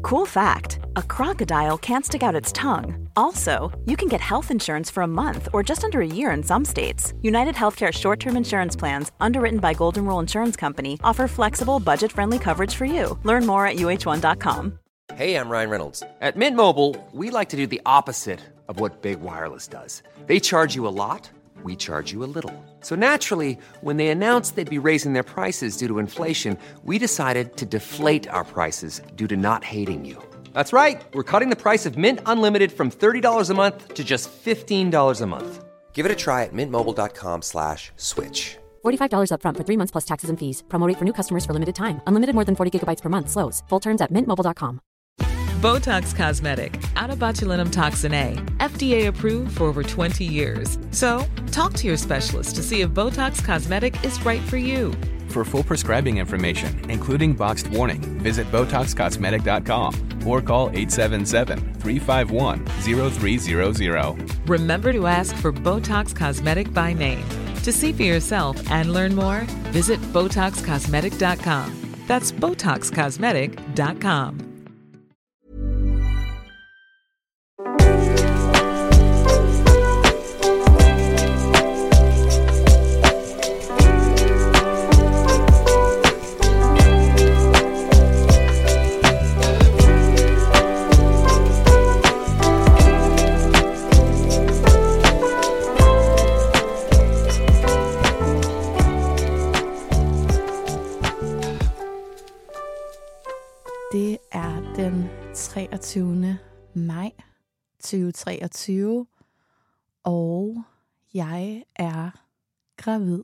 Cool fact, a crocodile can't stick out its tongue. Also, you can get health insurance for a month or just under a year in some states. United Healthcare short-term insurance plans, underwritten by Golden Rule Insurance Company, offer flexible, budget-friendly coverage for you. Learn more at uh1.com. Hey, I'm Ryan Reynolds. At Mint Mobile, we like to do the opposite of what Big Wireless does. They charge you a lot, we charge you a little. So naturally, when they announced they'd be raising their prices due to inflation, we decided to deflate our prices due to not hating you. That's right. We're cutting the price of Mint Unlimited from $30 a month to just $15 a month. Give it a try at mintmobile.com/switch. $45 up front for 3 months plus taxes and fees. Promo rate for new customers for limited time. Unlimited more than 40 gigabytes per month slows. Full terms at mintmobile.com. Botox Cosmetic, out of botulinum toxin A, FDA approved for over 20 years. So, talk to your specialist to see if Botox Cosmetic is right for you. For full prescribing information, including boxed warning, visit BotoxCosmetic.com or call 877-351-0300. Remember to ask for Botox Cosmetic by name. To see for yourself and learn more, visit BotoxCosmetic.com. That's BotoxCosmetic.com. Det er den 23. maj 2023, og jeg er gravid.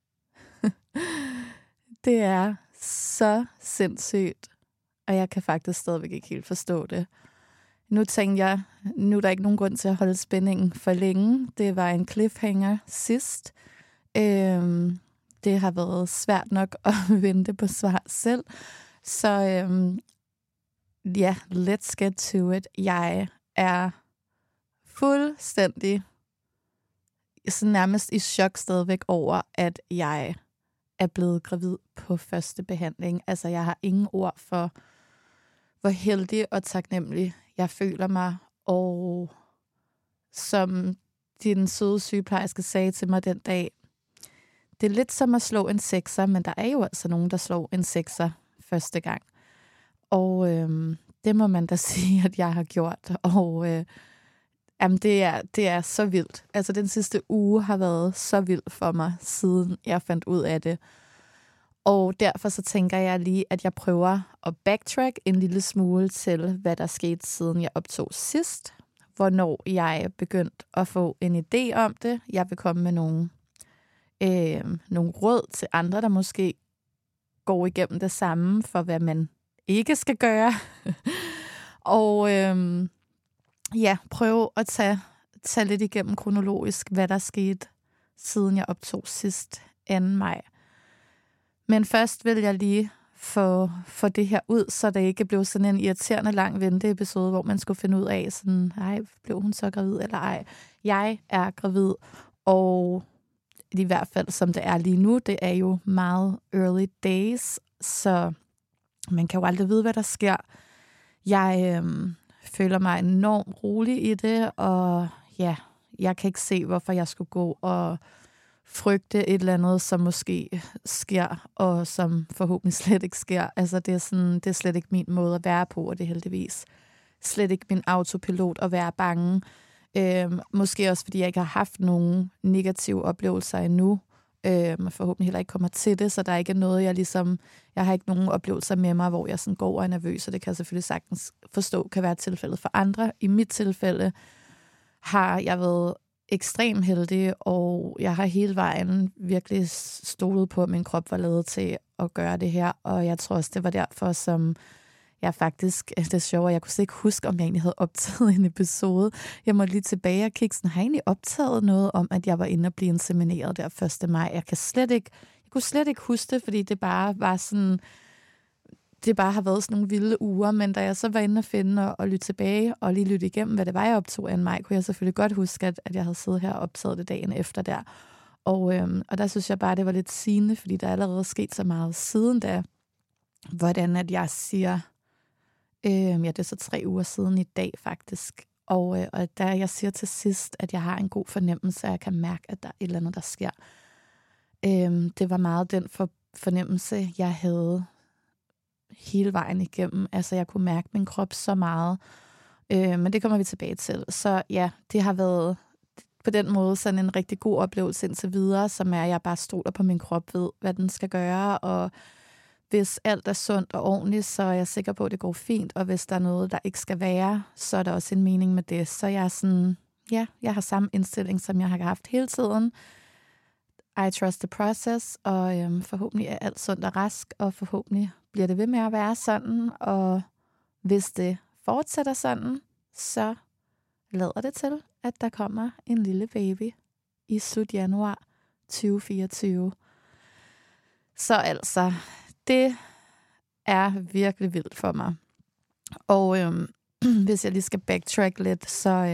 Det er så sindssygt, og jeg kan faktisk stadigvæk ikke helt forstå det. Nu tænkte jeg, nu er der ikke nogen grund til at holde spændingen for længe. Det var en cliffhanger sidst. Det har været svært nok at vente på svar selv. Så ja, let's get to it. Jeg er fuldstændig så nærmest i chok stadigvæk over, at jeg er blevet gravid på første behandling. Altså, jeg har ingen ord for, hvor heldig og taknemmelig jeg føler mig. Og som din søde sygeplejerske sagde til mig den dag, det er lidt som at slå en sekser, men der er jo altså nogen, der slår en sekser første gang. Og det må man da sige, at jeg har gjort. Og jamen, det er så vildt. Altså, den sidste uge har været så vild for mig, siden jeg fandt ud af det. Og derfor så tænker jeg lige, at jeg prøver at backtrack en lille smule til, hvad der skete, siden jeg optog sidst. Hvornår jeg begyndte at få en idé om det. Jeg vil komme med nogle råd til andre, der måske går igennem det samme, for hvad man ikke skal gøre. Og ja, prøve at tage lidt igennem kronologisk, hvad der skete, siden jeg optog sidst 2. maj. Men først vil jeg lige få det her ud, så det ikke blev sådan en irriterende lang venteepisode, hvor man skulle finde ud af, sådan, ej, blev hun så gravid eller ej. Jeg er gravid, og i hvert fald som det er lige nu, det er jo meget early days, så man kan jo aldrig vide, hvad der sker. Jeg føler mig enormt rolig i det, og ja, jeg kan ikke se, hvorfor jeg skulle gå og frygte et eller andet, som måske sker, og som forhåbentlig slet ikke sker. Altså, det er slet ikke min måde at være på, og det er heldigvis slet ikke min autopilot at være bange. Måske også, fordi jeg ikke har haft nogen negative oplevelser endnu, og forhåbentlig heller ikke kommer til det, så der er ikke noget, jeg har ikke nogen oplevelser med mig, hvor jeg sådan går og er nervøs, og det kan jeg selvfølgelig sagtens forstå, kan være tilfældet for andre. I mit tilfælde har jeg været ekstremt heldig, og jeg har hele vejen virkelig stolet på, at min krop var lavet til at gøre det her, og jeg tror også, det var derfor, som jeg faktisk, det er sjovt, jeg kunne slet ikke huske, om jeg egentlig havde optaget en episode. Jeg måtte lige tilbage og kigge, sådan, har jeg egentlig optaget noget om, at jeg var inde og blive insemineret der 1. maj? Jeg kunne slet ikke huske det, fordi det bare var sådan, det bare har været sådan nogle vilde uger, men da jeg så var inde og finde og lytte tilbage og lige lytte igennem, hvad det var, jeg optog 2. maj, kunne jeg selvfølgelig godt huske, at jeg havde siddet her og optaget det dagen efter der. Og der synes jeg bare, det var lidt sigende, fordi der er allerede sket så meget siden da, hvordan at jeg siger Det er så 3 uger siden i dag faktisk. Og da jeg siger til sidst, at jeg har en god fornemmelse, at jeg kan mærke, at der er et eller andet, der sker. Det var meget den fornemmelse, jeg havde hele vejen igennem. Altså, jeg kunne mærke min krop så meget. Men det kommer vi tilbage til. Så ja, det har været på den måde sådan en rigtig god oplevelse indtil videre, som er, at jeg bare stoler på min krop, ved, hvad den skal gøre, og hvis alt er sundt og ordentligt, så er jeg sikker på, at det går fint, og hvis der er noget, der ikke skal være, så er der også en mening med det. Så jeg er sådan, ja, jeg har samme indstilling, som jeg har haft hele tiden. I trust the process, og forhåbentlig er alt sundt og rask, og forhåbentlig bliver det ved med at være sådan, og hvis det fortsætter sådan, så lader det til, at der kommer en lille baby i slut januar 2024. Så altså, det er virkelig vildt for mig. Og hvis jeg lige skal backtrack lidt,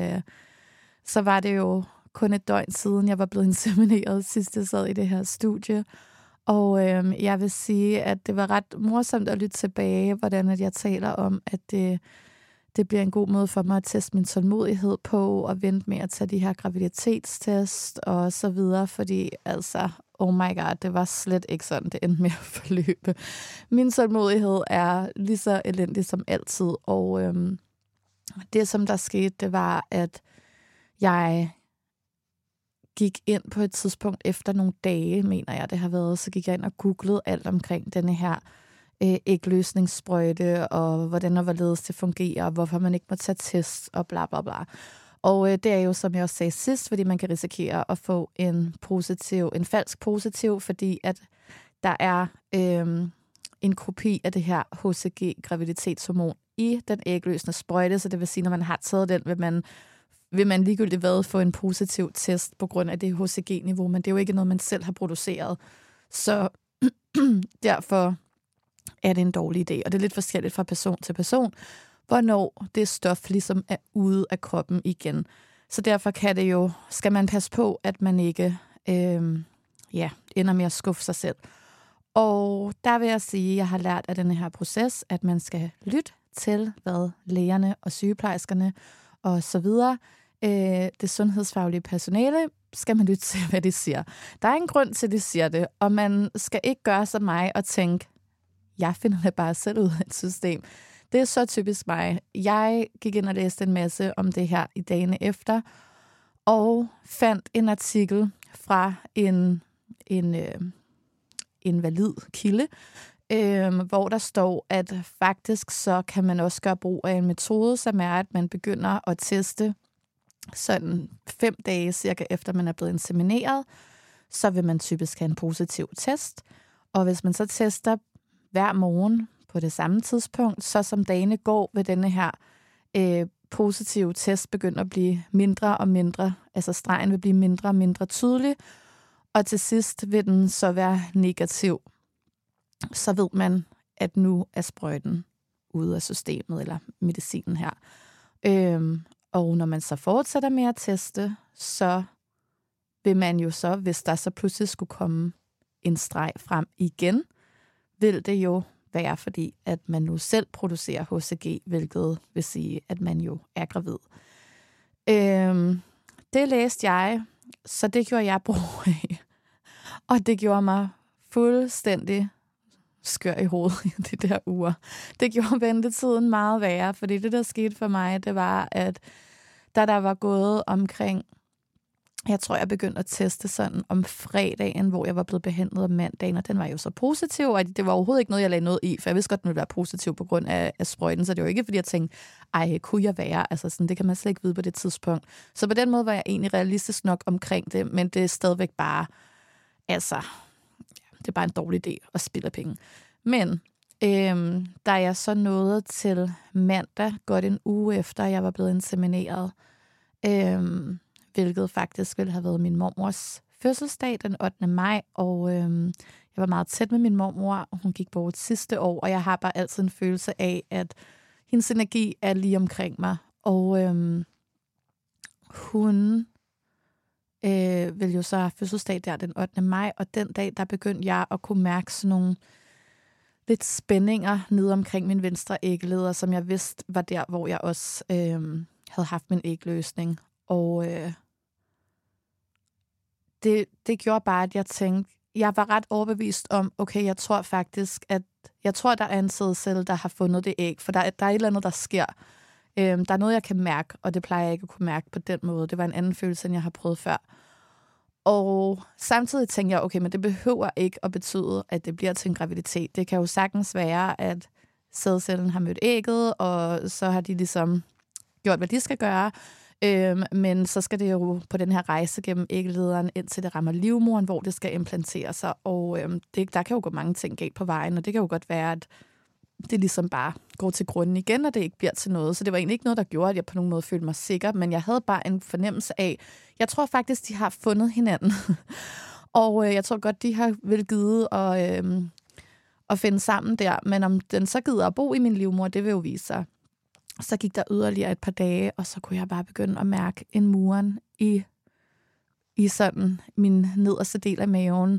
så var det jo kun et døgn siden, jeg var blevet insemineret, sidst jeg sad i det her studie. Og jeg vil sige, at det var ret morsomt at lytte tilbage, hvordan at jeg taler om, at det bliver en god måde for mig at teste min tålmodighed på, og vente med at tage de her graviditetstest og så videre, fordi altså, oh my god, det var slet ikke sådan, det endte med at forløbe. Min tålmodighed er lige så elendig som altid, og det som der skete, det var, at jeg gik ind på et tidspunkt efter nogle dage, mener jeg det har været, så gik jeg ind og googlede alt omkring denne her ægløsningssprøjte, og hvordan og hvorledes det fungerer, og hvorfor man ikke må tage test, og bla bla bla. Og det er jo, som jeg også sagde sidst, fordi man kan risikere at få en falsk positiv, fordi at der er en kopi af det her HCG-graviditetshormon i den ægløsende sprøjte, så det vil sige, når man har taget den, vil man ligegyldigt hvad få en positiv test på grund af det HCG-niveau, men det er jo ikke noget, man selv har produceret. Så derfor er det en dårlig idé, og det er lidt forskelligt fra person til person, hvornår det stof ligesom er ude af kroppen igen. Så derfor skal man passe på, at man ikke ender med at skuffe sig selv. Og der vil jeg sige, at jeg har lært af denne her proces, at man skal lytte til, hvad lægerne og sygeplejerskerne og så videre, det sundhedsfaglige personale, skal man lytte til, hvad de siger. Der er en grund til, at de siger det, og man skal ikke gøre som mig og tænke, jeg finder det bare selv ud af et system. Det er så typisk mig. Jeg gik ind og læste en masse om det her i dagene efter, og fandt en artikel fra en valid kilde, hvor der står, at faktisk så kan man også gøre brug af en metode, som er, at man begynder at teste sådan 5 dage cirka efter man er blevet insemineret, så vil man typisk have en positiv test. Og hvis man så tester hver morgen på det samme tidspunkt, så som dagene går, vil denne her positive test begynde at blive mindre og mindre. Altså stregen vil blive mindre og mindre tydelig, og til sidst vil den så være negativ. Så ved man, at nu er sprøjten ude af systemet, eller medicinen her. Og når man så fortsætter med at teste, så vil man jo så, hvis der så pludselig skulle komme en streg frem igen, vil det jo være, fordi at man nu selv producerer HCG, hvilket vil sige, at man jo er gravid. Det læste jeg, så det gjorde jeg brug af. Og det gjorde mig fuldstændig skør i hovedet i de der uger. Det gjorde ventetiden meget værre, fordi det, der skete for mig, det var, at da der var gået omkring, jeg tror, jeg begyndte at teste sådan om fredagen, hvor jeg var blevet behandlet om mandagen, og den var jo så positiv, og det var overhovedet ikke noget, jeg lagde noget i, for jeg vidste godt, den ville være positiv på grund af sprøjten, så det var ikke, fordi jeg tænkte, kunne jeg være? Altså sådan, det kan man slet ikke vide på det tidspunkt. Så på den måde var jeg egentlig realistisk nok omkring det, men det er stadigvæk bare, det er bare en dårlig idé at spille penge. Men da jeg så nåede til mandag, godt en uge efter, jeg var blevet insemineret, hvilket faktisk ville have været min mormors fødselsdag den 8. maj, og jeg var meget tæt med min mormor, og hun gik bort sidste år, og jeg har bare altid en følelse af, at hendes energi er lige omkring mig, og hun ville jo så have fødselsdag der den 8. maj, og den dag, der begyndte jeg at kunne mærke sådan nogle lidt spændinger nede omkring min venstre æggeleder, som jeg vidste var der, hvor jeg også havde haft min ægløsning. Og det gjorde bare, at jeg tænkte, jeg var ret overbevist om, okay, jeg tror faktisk, der er en sædcelle, der har fundet det æg, for der er et eller andet, der sker. Der er noget, jeg kan mærke, og det plejer jeg ikke at kunne mærke på den måde. Det var en anden følelse, end jeg har prøvet før. Og samtidig tænkte jeg, okay, men det behøver ikke at betyde, at det bliver til en graviditet. Det kan jo sagtens være, at sædcellen har mødt ægget, og så har de ligesom gjort, hvad de skal gøre. Men så skal det jo på den her rejse gennem æggelederen, indtil det rammer livmoderen, hvor det skal implantere sig. Og der kan jo gå mange ting galt på vejen, og det kan jo godt være, at det ligesom bare går til grunden igen, og det ikke bliver til noget. Så det var egentlig ikke noget, der gjorde, at jeg på nogen måde følte mig sikker, men jeg havde bare en fornemmelse af, jeg tror faktisk, de har fundet hinanden. Og jeg tror godt, de har vel givet at finde sammen der, men om den så gider at bo i min livmor, det vil jo vise sig. Så gik der yderligere et par dage, og så kunne jeg bare begynde at mærke en muren i sådan min nederste del af maven.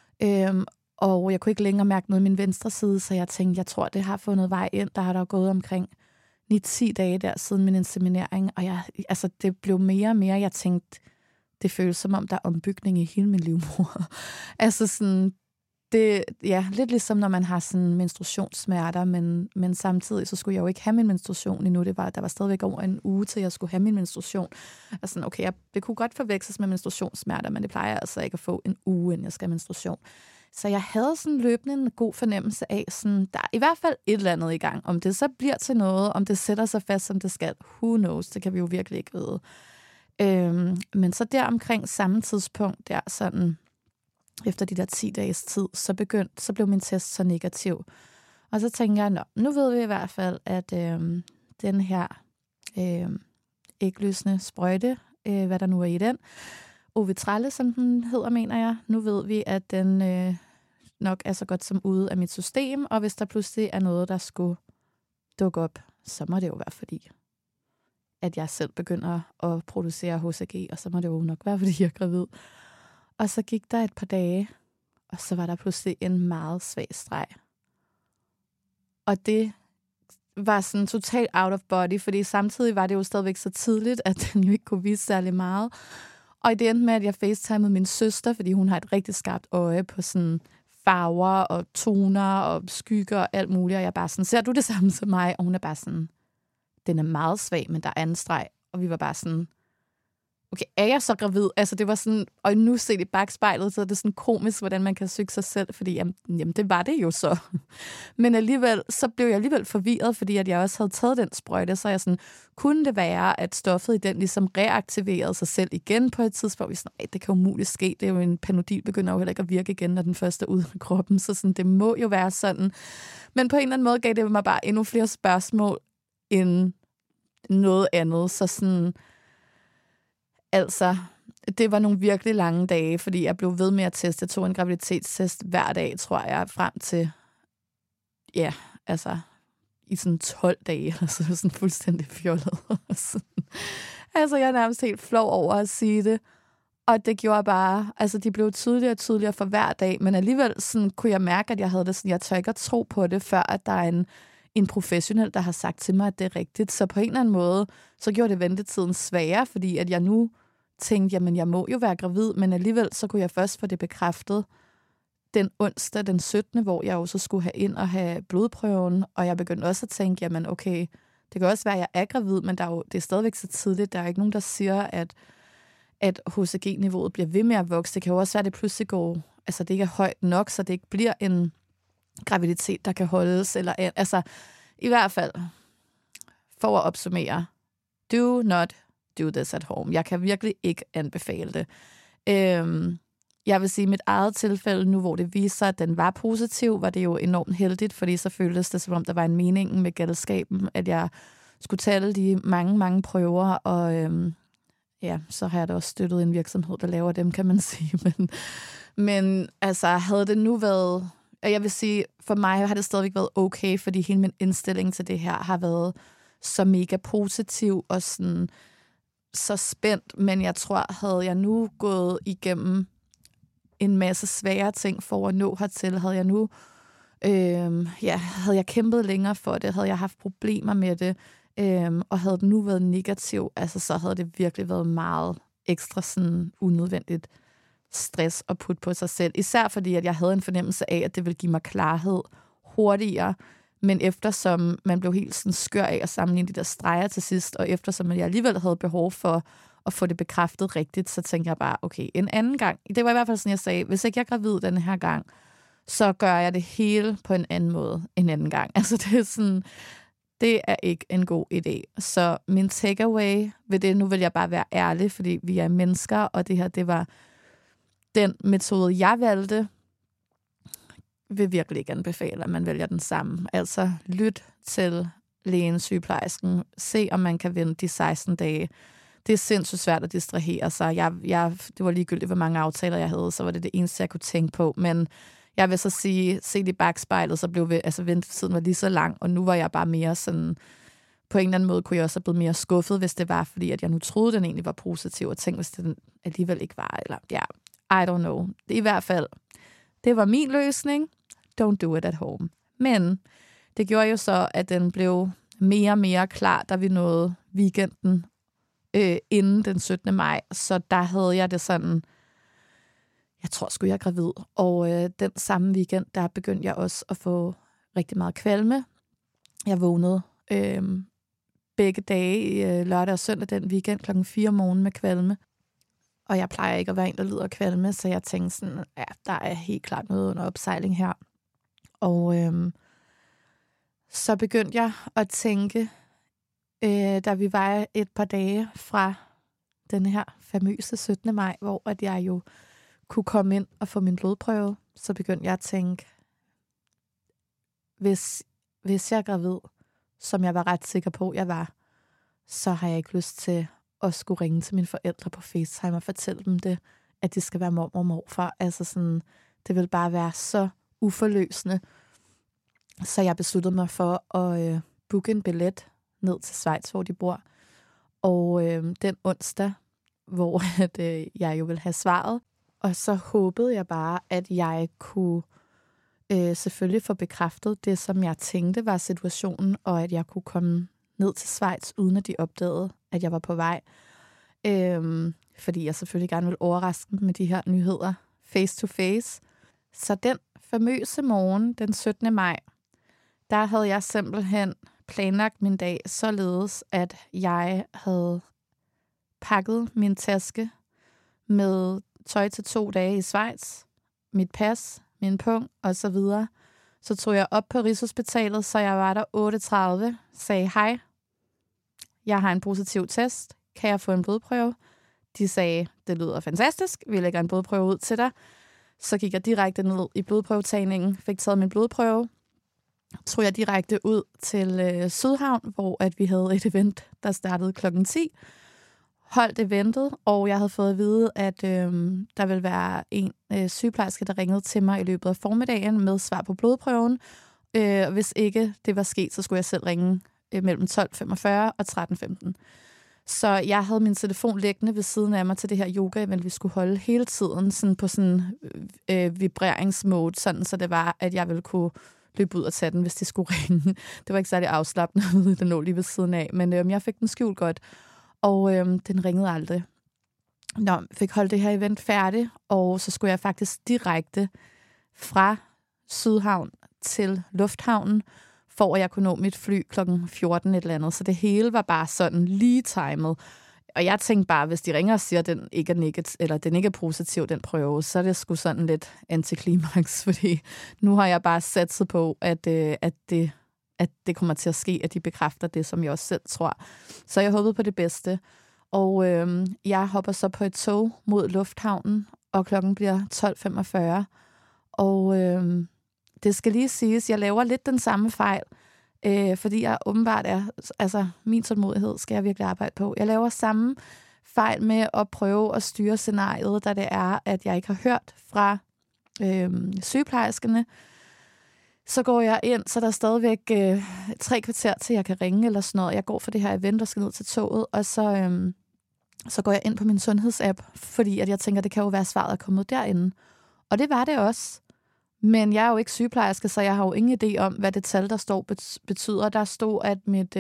Og jeg kunne ikke længere mærke noget i min venstre side, så jeg tænkte, jeg tror, det har fundet vej ind. Der har der gået omkring 9-10 dage der siden min inseminering, og det blev mere og mere. Jeg tænkte, det føles som om, der er ombygning i hele min livmor. sådan, lidt ligesom når man har sådan menstruationssmerter, men samtidig så skulle jeg jo ikke have min menstruation endnu. Der var stadigvæk over en uge, til jeg skulle have min menstruation. Okay, det kunne godt forveksles med menstruationssmerter, men det plejer jeg altså ikke at få en uge, inden jeg skal have menstruation. Så jeg havde sådan løbende en god fornemmelse af, sådan, der er i hvert fald et eller andet i gang. Om det så bliver til noget, om det sætter sig fast, som det skal, who knows, det kan vi jo virkelig ikke vide. Men så der omkring samme tidspunkt, der sådan, efter de der 10 dages tid, så blev min test så negativ. Og så tænkte jeg, nu ved vi i hvert fald, at den her ægløsende sprøjte, hvad der nu er i den, Ovitrelle, som den hedder, mener jeg. Nu ved vi, at den nok er så godt som ude af mit system, og hvis der pludselig er noget, der skulle dukke op, så må det jo være fordi, at jeg selv begynder at producere HCG, og så må det jo nok være, fordi jeg er gravid. Og så gik der et par dage, og så var der pludselig en meget svag streg. Og det var sådan totalt out of body, fordi samtidig var det jo stadigvæk så tidligt, at den jo ikke kunne vise særlig meget. Og det endte med, at jeg facetimede min søster, fordi hun har et rigtig skarpt øje på sådan farver og toner og skygger og alt muligt. Og jeg bare sådan, ser du det samme som mig? Og hun er bare sådan, den er meget svag, men der er en streg. Og vi var bare sådan, okay, er jeg så gravid? Det var sådan, og nu set i bagspejlet, så er det sådan komisk, hvordan man kan syge sig selv, fordi jamen det var det jo så. Men alligevel, så blev jeg alligevel forvirret, fordi at jeg også havde taget den sprøjte, så jeg sådan, kunne det være, at stoffet i den ligesom reaktiverede sig selv igen på et tidspunkt? Vi sådan, det kan jo muligt ske, det er jo en Panodil, begynder jo heller ikke at virke igen, når den første er ude af kroppen, så sådan, det må jo være sådan. Men på en eller anden måde gav det mig bare endnu flere spørgsmål end noget andet, så sådan, det var nogle virkelig lange dage, fordi jeg blev ved med at teste. Jeg tog en graviditetstest hver dag, tror jeg, frem til, i sådan 12 dage, eller sådan fuldstændig fjollet. Jeg er nærmest helt flov over at sige det. Og det gjorde bare, de blev tydeligere og tydeligere for hver dag, men alligevel sådan, kunne jeg mærke, at jeg havde det sådan, jeg tør ikke at tro på det, før at der er en professionel, der har sagt til mig, at det er rigtigt. Så på en eller anden måde, så gjorde det ventetiden sværere, fordi at jeg nu tænkte, jamen jeg må jo være gravid, men alligevel så kunne jeg først få det bekræftet den onsdag, den 17., hvor jeg jo så skulle have ind og have blodprøven, og jeg begyndte også at tænke, jamen okay, det kan også være, at jeg er gravid, men det er stadigvæk så tidligt, der er ikke nogen, der siger, at HCG-niveauet bliver ved med at vokse. Det kan jo også være, at det pludselig går, det ikke er højt nok, så det ikke bliver en graviditet, der kan holdes, eller i hvert fald, for at opsummere, do not do this at home. Jeg kan virkelig ikke anbefale det. Jeg vil sige, i mit eget tilfælde nu, hvor det viser sig, at den var positiv, var det jo enormt heldigt, fordi så føltes det, som om der var en mening med galskaben, at jeg skulle tage alle de mange, mange prøver, og så har jeg da også støttet en virksomhed, der laver dem, kan man sige. Men havde det nu været, og jeg vil sige, for mig har det stadigvæk været okay, fordi hele min indstilling til det her har været så mega positiv og sådan så spændt, men jeg tror, havde jeg nu gået igennem en masse svære ting for at nå hertil, havde jeg nu havde jeg kæmpet længere for det, havde jeg haft problemer med det, og havde det nu været negativ, altså så havde det virkelig været meget ekstra sådan unødvendigt stress at putte på sig selv. Især fordi, at jeg havde en fornemmelse af, at det ville give mig klarhed hurtigere, men eftersom man blev helt sådan skør af at sammenligne de der streger til sidst, og eftersom jeg alligevel havde behov for at få det bekræftet rigtigt, så tænkte jeg bare, okay, en anden gang. Det var i hvert fald sådan, jeg sagde, hvis ikke jeg er gravid den her gang, så gør jeg det hele på en anden måde en anden gang. Altså det er sådan, det er ikke en god idé. Så min takeaway ved det, nu vil jeg bare være ærlig, fordi vi er mennesker, og det her, det var den metode, jeg valgte, vil virkelig ikke anbefale, at man vælger den samme. Altså lyt til lægen, sygeplejersken, se om man kan vente de 16 dage. Det er sindssygt svært at distrahere sig. Det var ligegyldigt, hvor mange aftaler jeg havde, så var det eneste, jeg kunne tænke på. Men jeg vil så sige, set i bagspejlet, så blev ventetiden var lige så lang, og nu var jeg bare mere sådan, på en eller anden måde kunne jeg også have blevet mere skuffet, hvis det var, fordi at jeg nu troede, den egentlig var positiv, og tænkte, hvis den alligevel ikke var, eller I don't know. I hvert fald, det var min løsning. Don't do it at home. Men det gjorde jo så, at den blev mere og mere klar, da vi nåede weekenden inden den 17. maj. Så der havde jeg det sådan, jeg tror sgu, jeg er gravid. Og den samme weekend, der begyndte jeg også at få rigtig meget kvalme. Jeg vågnede begge dage, lørdag og søndag den weekend, 4:00 om morgenen med kvalme. Og jeg plejer ikke at være en, der lider af kvalme, så jeg tænkte sådan, ja, der er helt klart noget under opsejling her. Og så begyndte jeg at tænke, da vi var et par dage fra den her famøse 17. maj, hvor at jeg jo kunne komme ind og få min blodprøve, så begyndte jeg at tænke, hvis jeg er gravid, som jeg var ret sikker på, jeg var, så har jeg ikke lyst til at skulle ringe til mine forældre på FaceTime og fortælle dem det, at de skal være mormor og morfar. Altså sådan, det vil bare være så uforløsende. Så jeg besluttede mig for at booke en billet ned til Schweiz, hvor de bor. Og den onsdag, hvor jeg jo ville have svaret. Og så håbede jeg bare, at jeg kunne selvfølgelig få bekræftet det, som jeg tænkte var situationen, og at jeg kunne komme ned til Schweiz, uden at de opdagede, at jeg var på vej. Fordi jeg selvfølgelig gerne ville overraske dem med de her nyheder face to face. Så den famøse morgen, den 17. maj, der havde jeg simpelthen planlagt min dag således, at jeg havde pakket min taske med tøj til 2 dage i Schweiz, mit pas, min pung og så videre. Så tog jeg op på Rigshospitalet, så jeg var der 8:30, sagde hej, jeg har en positiv test, kan jeg få en blodprøve? De sagde, det lyder fantastisk, vi lægger en blodprøve ud til dig. Så gik jeg direkte ned i blodprøvetagningen, fik taget min blodprøve, tog jeg direkte ud til Sydhavn, hvor at vi havde et event, der startede 10:00. Holdt eventet, og jeg havde fået at vide, at der ville være en sygeplejerske, der ringede til mig i løbet af formiddagen med svar på blodprøven. Hvis ikke det var sket, så skulle jeg selv ringe mellem 12:45 og 13:15. Så jeg havde min telefon liggende ved siden af mig til det her yoga-event, vi skulle holde hele tiden sådan på sådan vibreringsmode, sådan, så det var, at jeg ville kunne løbe ud og tage den, hvis de skulle ringe. Det var ikke særlig afslappende, den lå lige ved siden af, men jeg fik den skjult godt, og den ringede aldrig. Fik holdt det her event færdigt, og så skulle jeg faktisk direkte fra Sydhavn til Lufthavnen, for at jeg kunne nå mit fly 14:00 et eller andet. Så det hele var bare sådan lige timet. Og jeg tænkte bare, hvis de ringer og siger, at den ikke er negativ, eller den ikke er positiv, den prøve, så er det sgu sådan lidt antiklimaks, fordi nu har jeg bare satset på, at det kommer til at ske, at de bekræfter det, som jeg også selv tror. Så jeg håbede på det bedste. Og jeg hopper så på et tog mod Lufthavnen, og klokken bliver 12:45. Og det skal lige siges, jeg laver lidt den samme fejl, fordi jeg åbenbart er, altså min tålmodighed skal jeg virkelig arbejde på. Jeg laver samme fejl med at prøve at styre scenariet, da det er, at jeg ikke har hørt fra sygeplejerskerne. Så går jeg ind, så der er stadigvæk 3 kvarter til, jeg kan ringe eller sådan noget. Jeg går for det her event og skal ned til toget, og så går jeg ind på min sundhedsapp, fordi at jeg tænker, det kan jo være svaret at komme ud derinde. Og det var det også. Men jeg er jo ikke sygeplejerske, så jeg har jo ingen idé om, hvad det tal, der står, betyder. Der stod, at mit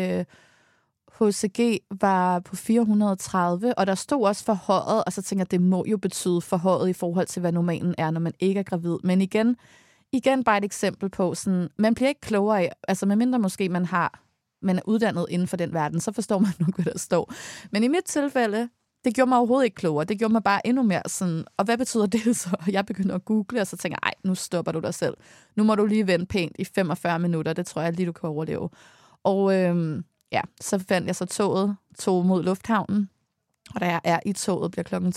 HCG var på 430, og der stod også forhøjet, og så tænker jeg, at det må jo betyde forhøjet i forhold til, hvad normalen er, når man ikke er gravid. Men igen bare et eksempel på, sådan, man bliver ikke klogere af, altså medmindre måske man er uddannet inden for den verden, så forstår man nok, hvad der står. Men i mit tilfælde, det gjorde mig overhovedet ikke klogere. Det gjorde mig bare endnu mere sådan, og hvad betyder det så? Jeg begynder at google, og så tænker jeg, nu stopper du dig selv. Nu må du lige vente pænt i 45 minutter, det tror jeg lige, du kan overleve. Og så fandt jeg så toget mod lufthavnen, og da jeg er i toget, bliver klokken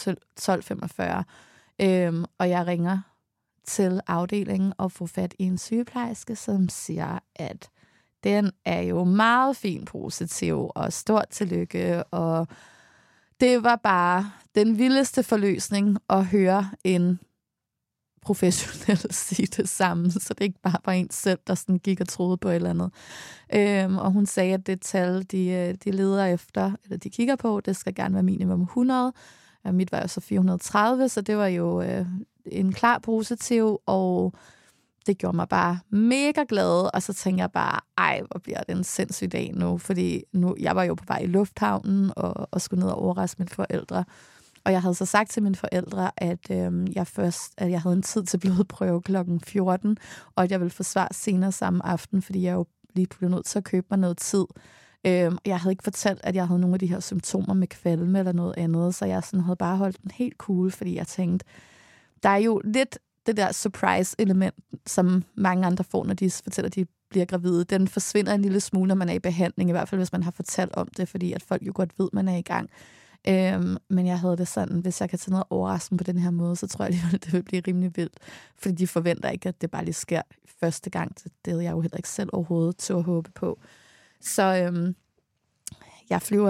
12:45, og jeg ringer til afdelingen og får fat i en sygeplejerske, som siger, at den er jo meget fin positiv, og stort tillykke, og det var bare den vildeste forløsning at høre en professionel sige det samme, så det ikke bare var en selv, der sådan gik og troede på et eller andet. Og hun sagde, at det tal, de leder efter, eller de kigger på, det skal gerne være minimum 100. Mit var jo så 430, så det var jo en klar positiv, og det gjorde mig bare mega glad, og så tænkte jeg bare, hvor bliver det en sindssyg dag nu, fordi jeg var jo på vej i lufthavnen, og skulle ned og overraske mine forældre. Og jeg havde så sagt til mine forældre, at jeg havde en tid til blodprøve klokken 14, og at jeg ville få svar senere samme aften, fordi jeg jo lige blev nødt til at købe mig noget tid. Jeg havde ikke fortalt, at jeg havde nogle af de her symptomer med kvalme eller noget andet, så jeg sådan havde bare holdt den helt cool, fordi jeg tænkte, der er jo lidt det der surprise-element, som mange andre får, når de fortæller, at de bliver gravide. Den forsvinder en lille smule, når man er i behandling, i hvert fald hvis man har fortalt om det, fordi at folk jo godt ved, at man er i gang. Men jeg havde det sådan, hvis jeg kan tage noget overraskende på den her måde, så tror jeg alligevel, det vil blive rimelig vildt. Fordi de forventer ikke, at det bare lige sker første gang. Det havde jeg jo heller ikke selv overhovedet til at håbe på. Så jeg flyver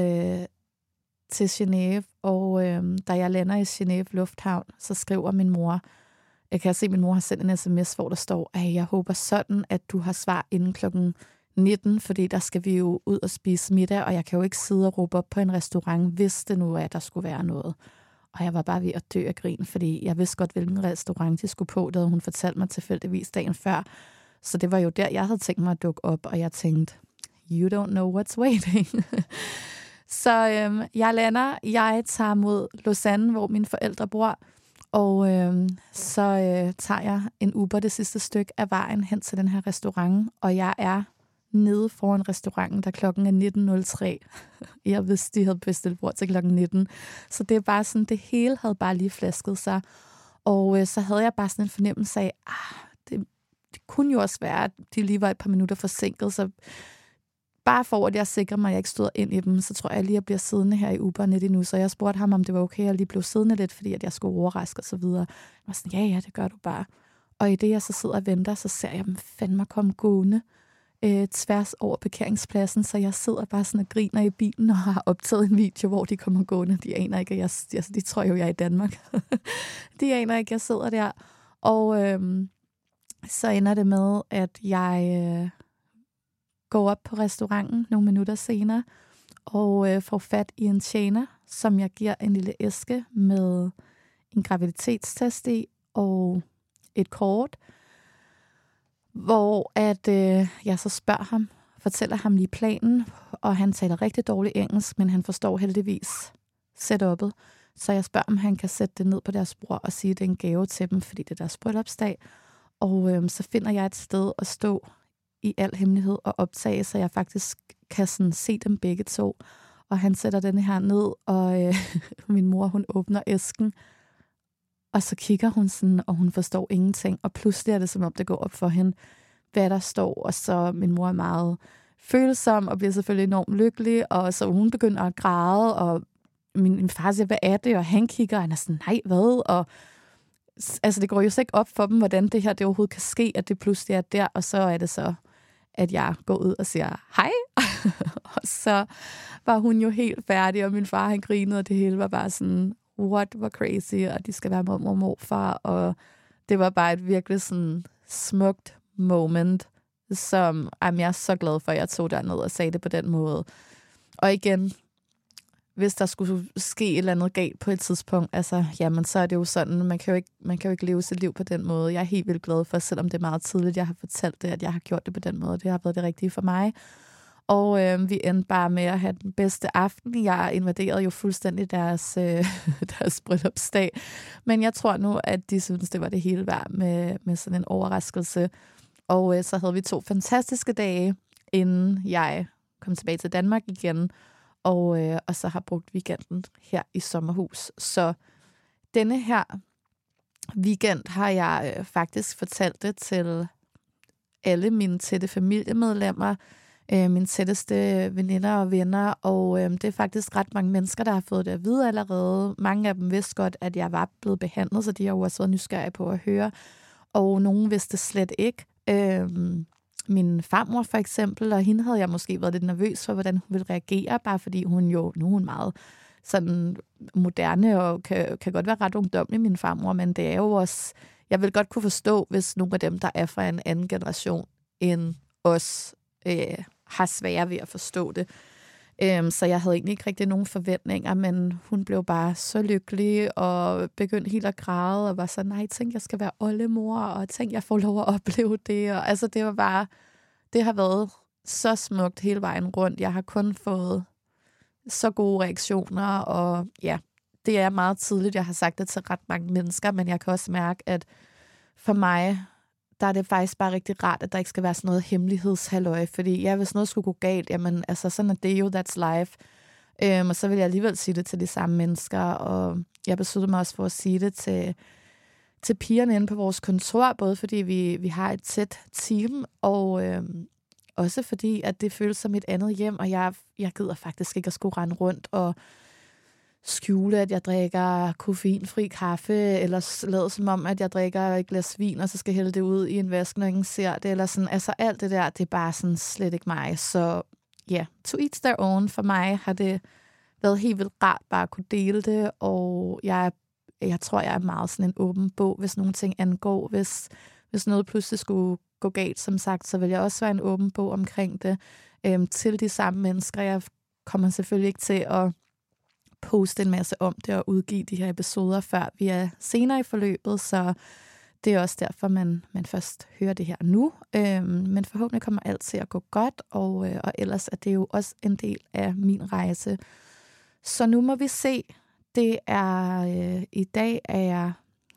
til Genève, og da jeg lander i Genève Lufthavn, så skriver min mor, jeg kan se, at min mor har sendt en sms, hvor der står, at jeg håber sådan, at du har svar inden klokken 19, fordi der skal vi jo ud og spise middag, og jeg kan jo ikke sidde og råbe op på en restaurant, hvis det nu er, at der skulle være noget. Og jeg var bare ved at dø af grin, fordi jeg vidste godt, hvilken restaurant de skulle på, det havde hun fortalt mig tilfældigvis dagen før. Så det var jo der, jeg havde tænkt mig at dukke op, og jeg tænkte, you don't know what's waiting. Så jeg lander, jeg tager mod Lausanne, hvor mine forældre bor, og så tager jeg en Uber det sidste stykke af vejen hen til den her restaurant, og jeg er nede foran restauranten, der klokken er 19.03. Jeg vidste, de havde bestilt bord til klokken 19. Så det er bare sådan, det hele havde bare lige flasket sig. Og så havde jeg bare sådan en fornemmelse af, det kunne jo også være, at de lige var et par minutter forsinket, så bare for, at jeg sikrer mig, at jeg ikke stod ind i dem, så tror jeg lige, at jeg bliver siddende her i Uber lidt endnu. Så jeg spurgte ham, om det var okay, at jeg lige blev siddende lidt, fordi at jeg skulle overraske og så videre. Jeg var sådan, ja, det gør du bare. Og i det, jeg så sidder og venter, så ser jeg dem fandme komme gående tværs over parkeringspladsen, så jeg sidder bare sådan og griner i bilen og har optaget en video, hvor de kommer gående. De aner ikke, at de tror jo, jeg er i Danmark. De aner ikke, at jeg sidder der. Og så ender det med, at jeg går op på restauranten nogle minutter senere og får fat i en tjener, som jeg giver en lille æske med en graviditetstest i og et kort, hvor at jeg så spørger ham, fortæller ham lige planen, og han taler rigtig dårligt engelsk, men han forstår heldigvis setup'et. Så jeg spørger, om han kan sætte det ned på deres bord og sige, at det er en gave til dem, fordi det er deres bryllupsdag. Og så finder jeg et sted at stå i al hemmelighed og optage, så jeg faktisk kan sådan se dem begge to. Og han sætter den her ned, og min mor, hun åbner æsken, og så kigger hun sådan, og hun forstår ingenting. Og pludselig er det, som om det går op for hende, hvad der står. Og så min mor er meget følsom, og bliver selvfølgelig enormt lykkelig. Og så hun begynder at græde, og min far siger, hvad er det? Og han kigger, og han er sådan, nej, hvad? Og altså, det går jo så ikke op for dem, hvordan det her det overhovedet kan ske, at det pludselig er der. Og så er det så, at jeg går ud og siger, hej. Og så var hun jo helt færdig, og min far, han grinede, og det hele var bare sådan, what, var crazy, og de skal være mormor og morfar, og det var bare et virkelig sådan smukt moment, som jeg er så glad for, at jeg tog derned og sagde det på den måde. Og igen, hvis der skulle ske et eller andet galt på et tidspunkt, altså, jamen, så er det jo sådan, man kan jo ikke leve sit liv på den måde. Jeg er helt vildt glad for, selvom det er meget tidligt, jeg har fortalt det, at jeg har gjort det på den måde. Det har været det rigtige for mig. Og vi endte bare med at have den bedste aften. Jeg invaderede jo fuldstændig deres bryllupsdag. Men jeg tror nu, at de synes, det var det hele værd med sådan en overraskelse. Og så havde vi 2 fantastiske dage, inden jeg kom tilbage til Danmark igen. Og så har brugt weekenden her i sommerhus. Så denne her weekend har jeg faktisk fortalt det til alle mine tætte familiemedlemmer, mine tætteste veninder og venner, og det er faktisk ret mange mennesker, der har fået det at vide allerede. Mange af dem vidste godt, at jeg var blevet behandlet, så de har jo også været nysgerrige på at høre, og nogen vidste slet ikke. Min farmor for eksempel, og hende havde jeg måske været lidt nervøs for, hvordan hun ville reagere, bare fordi nu er hun meget sådan moderne og kan godt være ret ungdommelig, min farmor, men det er jo også, jeg vil godt kunne forstå, hvis nogle af dem, der er fra en anden generation end os, har svære ved at forstå det. Så jeg havde egentlig ikke rigtig nogen forventninger, men hun blev bare så lykkelig og begyndte helt at græde og var så, nej, tænk, jeg skal være oldemor, og tænk, jeg får lov at opleve det. Og, altså, det var bare, det har været så smukt hele vejen rundt. Jeg har kun fået så gode reaktioner, og ja, det er meget tidligt. Jeg har sagt det til ret mange mennesker, men jeg kan også mærke, at for mig, der er det faktisk bare rigtig rart, at der ikke skal være sådan noget hemmelighedshalløj, fordi hvis noget skulle gå galt, jamen altså sådan er det jo, that's life. Og så vil jeg alligevel sige det til de samme mennesker, og jeg besluttede mig også for at sige det til pigerne inde på vores kontor, både fordi vi har et tæt team, og også fordi, at det føles som et andet hjem, og jeg gider faktisk ikke at skulle rende rundt og skjule, at jeg drikker koffeinfri kaffe, eller lade som om, at jeg drikker et glas vin, og så skal hælde det ud i en vask, når ingen ser det, eller sådan. Altså alt det der, det er bare sådan slet ikke mig. Så ja, to each their own. For mig har det været helt vildt rart bare at kunne dele det, og jeg tror, jeg er meget sådan en åben bog, hvis nogle ting angår. Hvis noget pludselig skulle gå galt, som sagt, så vil jeg også være en åben bog omkring det til de samme mennesker. Jeg kommer selvfølgelig ikke til at poste en masse om det og udgive de her episoder, før vi er senere i forløbet, så det er også derfor, man først hører det her nu. Men forhåbentlig kommer alt til at gå godt, og ellers er det jo også en del af min rejse. Så nu må vi se. Det er i dag er jeg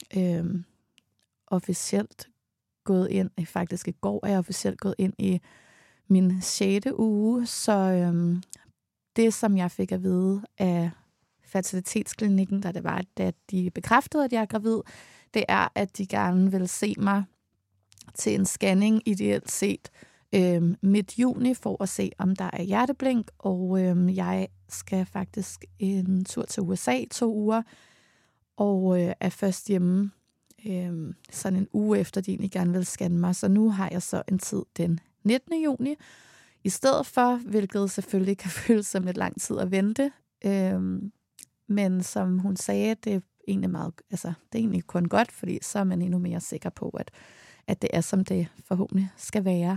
officielt gået ind, faktisk i går er jeg officielt gået ind i min 6. uge, så det, som jeg fik at vide af fertilitetsklinikken, da de bekræftede, at jeg er gravid, det er, at de gerne vil se mig til en scanning, ideelt set midt juni, for at se, om der er hjerteblink, og jeg skal faktisk en tur til USA i 2 uger, og er først hjemme sådan en uge efter, de egentlig gerne vil scanne mig. Så nu har jeg så en tid den 19. juni, i stedet for, hvilket selvfølgelig kan føles som lidt lang tid at vente. Men som hun sagde, det er egentlig meget, altså det er egentlig kun godt, fordi så er man endnu mere sikker på, at det er, som det forhåbentlig skal være.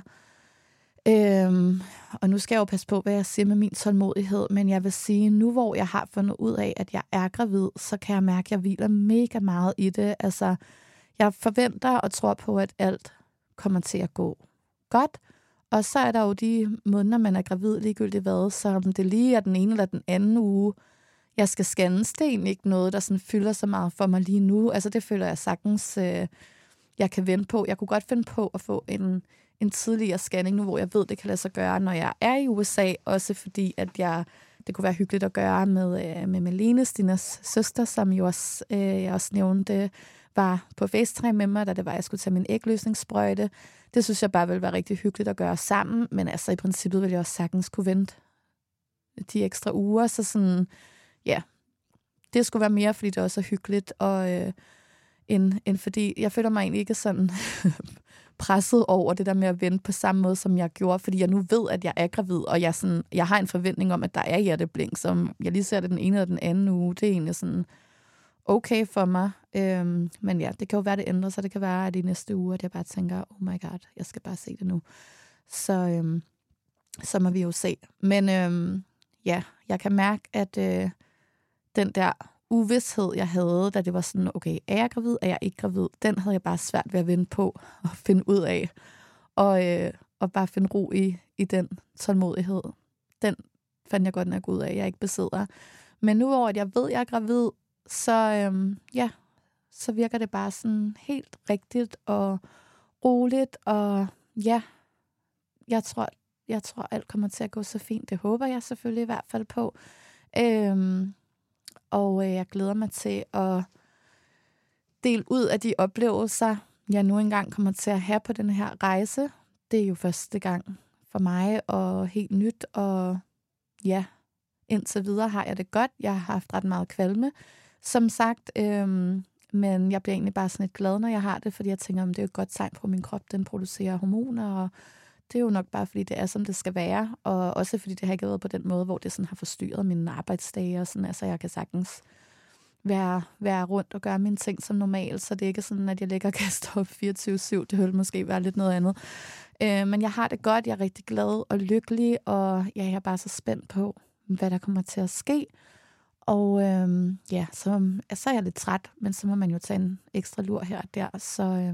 Og nu skal jeg jo passe på, hvad jeg siger med min tålmodighed, men jeg vil sige, nu hvor jeg har fundet ud af, at jeg er gravid, så kan jeg mærke, at jeg hviler mega meget i det. Altså, jeg forventer og tror på, at alt kommer til at gå godt. Og så er der jo de måneder, man er gravid ligegyldigt hvad, så om det lige er den ene eller den anden uge, jeg skal scannes, det er egentlig ikke noget, der sådan fylder så meget for mig lige nu. Altså det føler jeg sagtens, jeg kan vente på. Jeg kunne godt finde på at få en tidligere scanning nu, hvor jeg ved, det kan lade sig gøre, når jeg er i USA. Også fordi, at det kunne være hyggeligt at gøre med Malene, Stinas søster, som jo også, jeg også nævnte, var på FaceTime med mig, da det var, jeg skulle tage min ægløsningssprøjte. Det synes jeg bare ville være rigtig hyggeligt at gøre sammen, men altså i princippet ville jeg også sagtens kunne vente de ekstra uger, så sådan, ja, det skulle være mere, fordi det også er hyggeligt, og end fordi, jeg føler mig egentlig ikke sådan presset over det der med at vente på samme måde, som jeg gjorde, fordi jeg nu ved, at jeg er gravid, og jeg har en forventning om, at der er hjerteblink, som jeg lige ser det den ene eller den anden uge, det er egentlig sådan okay for mig, men ja, det kan jo være, det ændrer sig, det kan være, at i næste uge, at jeg bare tænker, oh my god, jeg skal bare se det nu, så må vi jo se, men ja, jeg kan mærke, at den der uvished, jeg havde, da det var sådan, okay, er jeg gravid, er jeg ikke gravid, den havde jeg bare svært ved at vende på og finde ud af. Og bare finde ro i den tålmodighed. Den fandt jeg godt nok ud af, jeg ikke besidder. Men nu hvor jeg ved, jeg er gravid, så virker det bare sådan helt rigtigt og roligt. Og ja, jeg tror alt kommer til at gå så fint. Det håber jeg selvfølgelig i hvert fald på. Og jeg glæder mig til at dele ud af de oplevelser, jeg nu engang kommer til at have på den her rejse. Det er jo første gang for mig, og helt nyt, og ja, indtil videre har jeg det godt. Jeg har haft ret meget kvalme, som sagt, men jeg bliver egentlig bare sådan lidt glad, når jeg har det, fordi jeg tænker, at det er et godt tegn på, at min krop den producerer hormoner, og det er jo nok bare, fordi det er, som det skal være, og også fordi det har ikke været på den måde, hvor det sådan har forstyrret mine arbejdsdage, og sådan, altså jeg kan sagtens være rundt og gøre mine ting som normalt, så det er ikke sådan, at jeg ligger og kaster op 24/7. Det ville måske være lidt noget andet. Men jeg har det godt, jeg er rigtig glad og lykkelig, og jeg er bare så spændt på, hvad der kommer til at ske. Og så er jeg lidt træt, men så må man jo tage en ekstra lur her og der. Så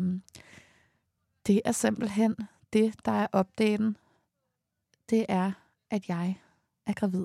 det er simpelthen det, der er updaten. Det er, at jeg er gravid.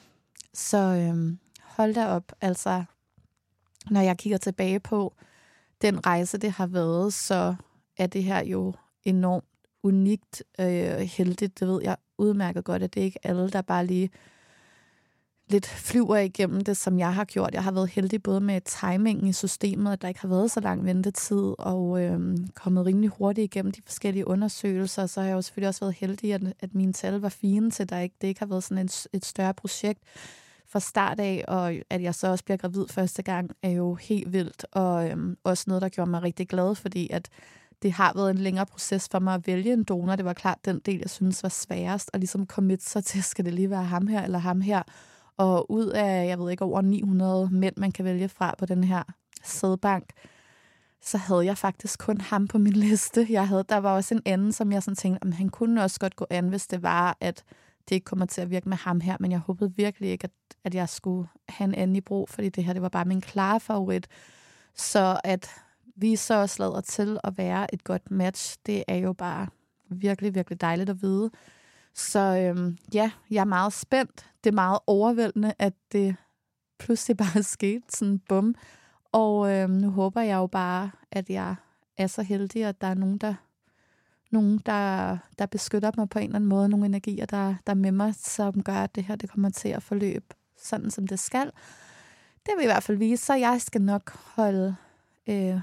Så hold da op, altså når jeg kigger tilbage på den rejse, det har været, så er det her jo enormt unikt, heldigt. Det ved jeg udmærket godt, at det ikke er alle, der bare lige lidt flyver igennem det, som jeg har gjort. Jeg har været heldig både med timingen i systemet, at der ikke har været så lang ventetid, og kommet rimelig hurtigt igennem de forskellige undersøgelser. Så har jeg jo selvfølgelig også været heldig, at mine tal var fine til, at det ikke har været sådan et større projekt fra start af, og at jeg så også bliver gravid første gang, er jo helt vildt, og også noget, der gjorde mig rigtig glad, fordi at det har været en længere proces for mig at vælge en donor. Det var klart den del, jeg synes var sværest, og ligesom committe sig til, skal det lige være ham her eller ham her. Og ud af, jeg ved ikke, over 900 mænd, man kan vælge fra på den her sædbank, så havde jeg faktisk kun ham på min liste. Der var også en anden, som jeg sådan tænkte, om han kunne også godt gå an, hvis det var, at det ikke kommer til at virke med ham her. Men jeg håbede virkelig ikke, at jeg skulle have en anden i brug, fordi det her, det var bare min klare favorit. Så at vi så også lader til at være et godt match, det er jo bare virkelig, virkelig dejligt at vide. Så jeg er meget spændt. Det er meget overvældende, at det pludselig bare skete sådan bum. Og nu håber jeg jo bare, at jeg er så heldig, at der er nogen, der beskytter mig på en eller anden måde. Nogle energier, der er med mig, som gør, at det her det kommer til at forløbe sådan, som det skal. Det vil i hvert fald vise sig. Jeg skal nok holde jer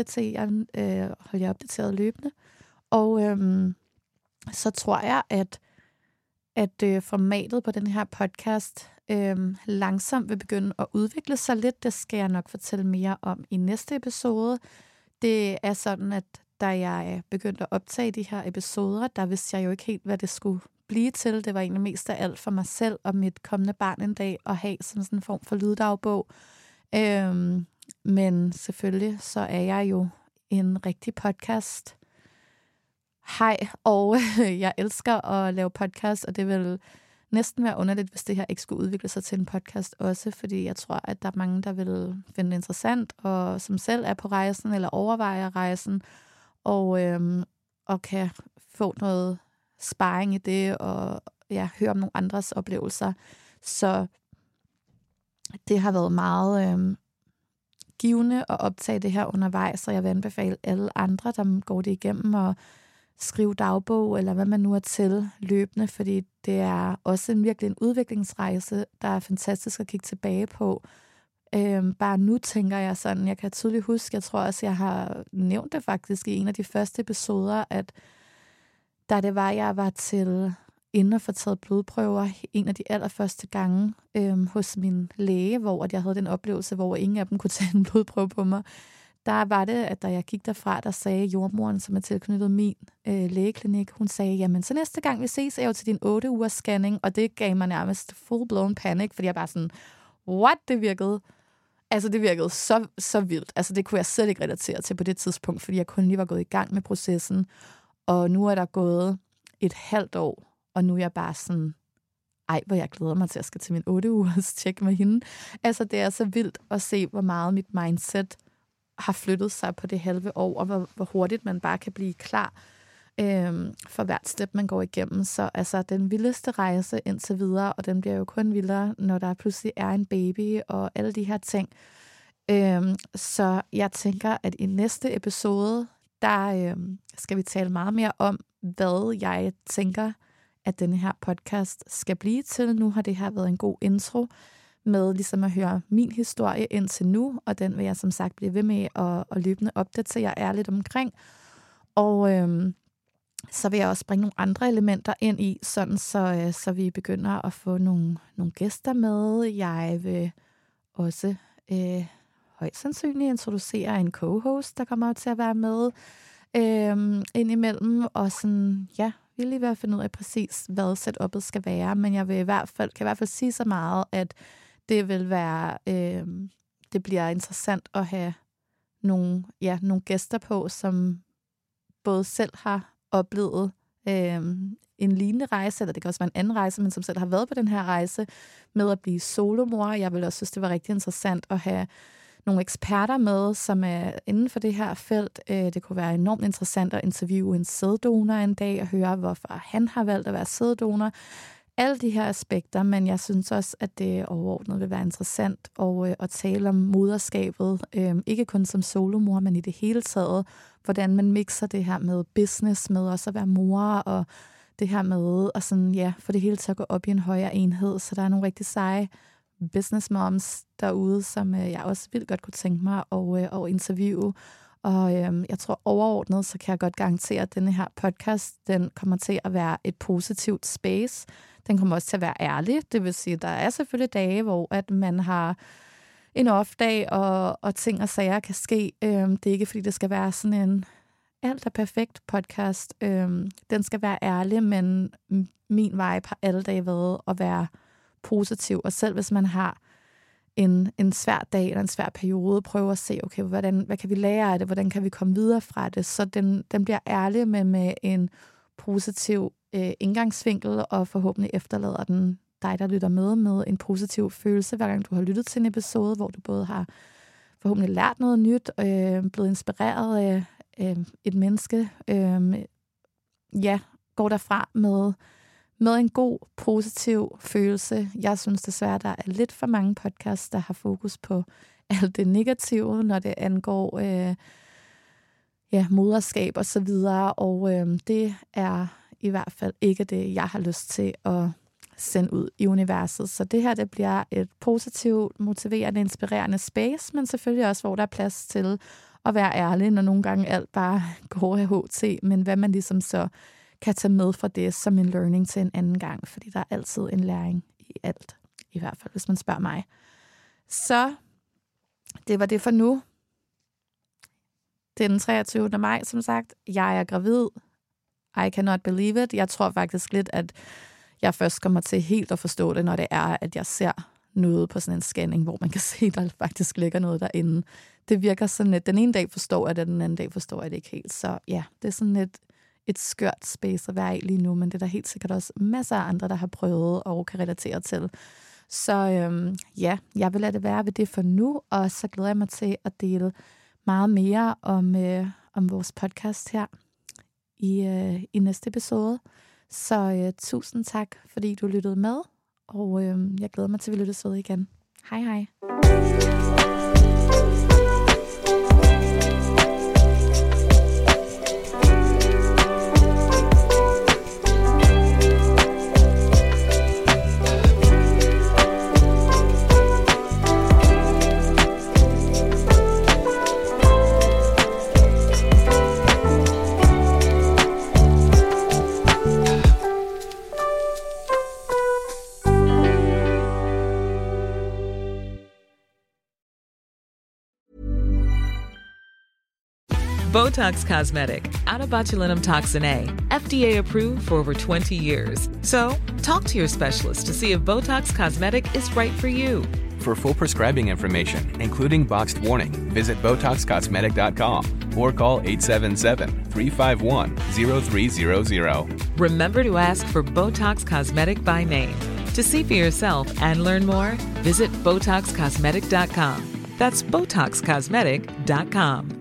opdateret løbende. Og så tror jeg, at formatet på den her podcast langsomt vil begynde at udvikle sig lidt. Det skal jeg nok fortælle mere om i næste episode. Det er sådan, at da jeg begyndte at optage de her episoder, der vidste jeg jo ikke helt, hvad det skulle blive til. Det var egentlig mest af alt for mig selv og mit kommende barn en dag at have sådan en form for lyddagbog. Men selvfølgelig så er jeg jo en rigtig podcast. Hej, og jeg elsker at lave podcast, og det vil næsten være underligt, hvis det her ikke skulle udvikle sig til en podcast også, fordi jeg tror, at der er mange, der vil finde det interessant, og som selv er på rejsen, eller overvejer rejsen, og kan få noget sparring i det, og høre om nogle andres oplevelser. Så det har været meget givende at optage det her undervejs, så jeg vil anbefale alle andre, der går det igennem, og skrive dagbog, eller hvad man nu er til løbende, fordi det er også virkelig en udviklingsrejse, der er fantastisk at kigge tilbage på. Bare nu tænker jeg sådan, jeg kan tydeligt huske, jeg tror også, jeg har nævnt det faktisk i en af de første episoder, at da det var, jeg var til inden at få taget blodprøver, en af de allerførste gange hos min læge, hvor jeg havde den oplevelse, hvor ingen af dem kunne tage en blodprøve på mig. Der var det, at da jeg gik derfra, der sagde jordmoren, som er tilknyttet min lægeklinik, hun sagde, jamen så næste gang vi ses, er jo til din 8 ugers scanning, og det gav mig nærmest full-blown panic, fordi jeg bare sådan, what? Det virkede så vildt. Altså det kunne jeg slet ikke relatere til på det tidspunkt, fordi jeg kun lige var gået i gang med processen, og nu er der gået et halvt år, og nu er jeg bare sådan, ej, hvor jeg glæder mig til, at jeg skal til min 8 ugers tjek med hende. Altså, det er så vildt at se, hvor meget mit mindset har flyttet sig på det halve år, og hvor hurtigt man bare kan blive klar for hvert step, man går igennem. Så altså, den vildeste rejse indtil videre, og den bliver jo kun vildere, når der pludselig er en baby og alle de her ting. Så jeg tænker, at i næste episode, der skal vi tale meget mere om, hvad jeg tænker, at denne her podcast skal blive til. Nu har det her været en god intro med ligesom at høre min historie indtil nu, og den vil jeg som sagt blive ved med at løbende opdatere ærligt omkring. Og så vil jeg også bringe nogle andre elementer ind i, sådan så vi begynder at få nogle gæster med. Jeg vil også højst sandsynligt introducere en co-host, der kommer til at være med indimellem, og sådan, ja, vi er lige ved at finde ud af præcis, hvad setup'et skal være, men jeg vil kan i hvert fald sige så meget, at det vil være, det bliver interessant at have nogle gæster på, som både selv har oplevet en lignende rejse, eller det kan også være en anden rejse, men som selv har været på den her rejse med at blive solomor. Jeg vil også synes, det var rigtig interessant at have nogle eksperter med, som er inden for det her felt. Det kunne være enormt interessant at interviewe en sæddonor en dag og høre, hvorfor han har valgt at være sæddonor. Alle de her aspekter, men jeg synes også, at det overordnet vil være interessant at tale om moderskabet. Ikke kun som solomor, men i det hele taget, hvordan man mixer det her med business, med også at være mor, og det her med at sådan, ja, få det hele til at gå op i en højere enhed. Så der er nogle rigtig seje business moms derude, som jeg også vildt godt kunne tænke mig at interviewe. Og jeg tror overordnet, så kan jeg godt garantere, at denne her podcast, den kommer til at være et positivt space. Den kommer også til at være ærlig. Det vil sige, at der er selvfølgelig dage, hvor at man har en off-dag, og ting og sager kan ske. Det er ikke, fordi det skal være sådan en alt er perfekt podcast. Den skal være ærlig, men min vibe har alle dage været at være positiv. Og selv hvis man har en svær dag eller en svær periode, prøve at se, okay, hvad kan vi lære af det? Hvordan kan vi komme videre fra det? Så den bliver ærlig med en positiv indgangsvinkel, og forhåbentlig efterlader den dig, der lytter med en positiv følelse, hver gang du har lyttet til en episode, hvor du både har forhåbentlig lært noget nyt, blevet inspireret af et menneske, går derfra med en god, positiv følelse. Jeg synes desværre, der er lidt for mange podcasts, der har fokus på alt det negative, når det angår moderskab og så videre, og det er i hvert fald ikke det, jeg har lyst til at sende ud i universet. Så det her, det bliver et positivt, motiverende, inspirerende space, men selvfølgelig også, hvor der er plads til at være ærlig, når nogle gange alt bare går af HT, men hvad man ligesom så kan tage med fra det som en learning til en anden gang, fordi der er altid en læring i alt, i hvert fald, hvis man spørger mig. Så det var det for nu. Det er den 23. maj, som sagt. Jeg er gravid. I cannot believe it. Jeg tror faktisk lidt, at jeg først kommer til helt at forstå det, når det er, at jeg ser noget på sådan en scanning, hvor man kan se, at der faktisk ligger noget derinde. Det virker sådan lidt, den ene dag forstår jeg det, den anden dag forstår jeg det ikke helt. Så ja, det er sådan et skørt space at være i lige nu, men det er der helt sikkert også masser af andre, der har prøvet og kan relatere til. Så jeg vil lade det være ved det for nu, og så glæder jeg mig til at dele meget mere om vores podcast her i næste episode. Så tusind tak, fordi du lyttede med, og jeg glæder mig til, at vi lyttes ved igen. Hej hej. Botox Cosmetic, out of botulinum toxin A, FDA approved for over 20 years. So, talk to your specialist to see if Botox Cosmetic is right for you. For full prescribing information, including boxed warning, visit BotoxCosmetic.com or call 877-351-0300. Remember to ask for Botox Cosmetic by name. To see for yourself and learn more, visit BotoxCosmetic.com. That's BotoxCosmetic.com.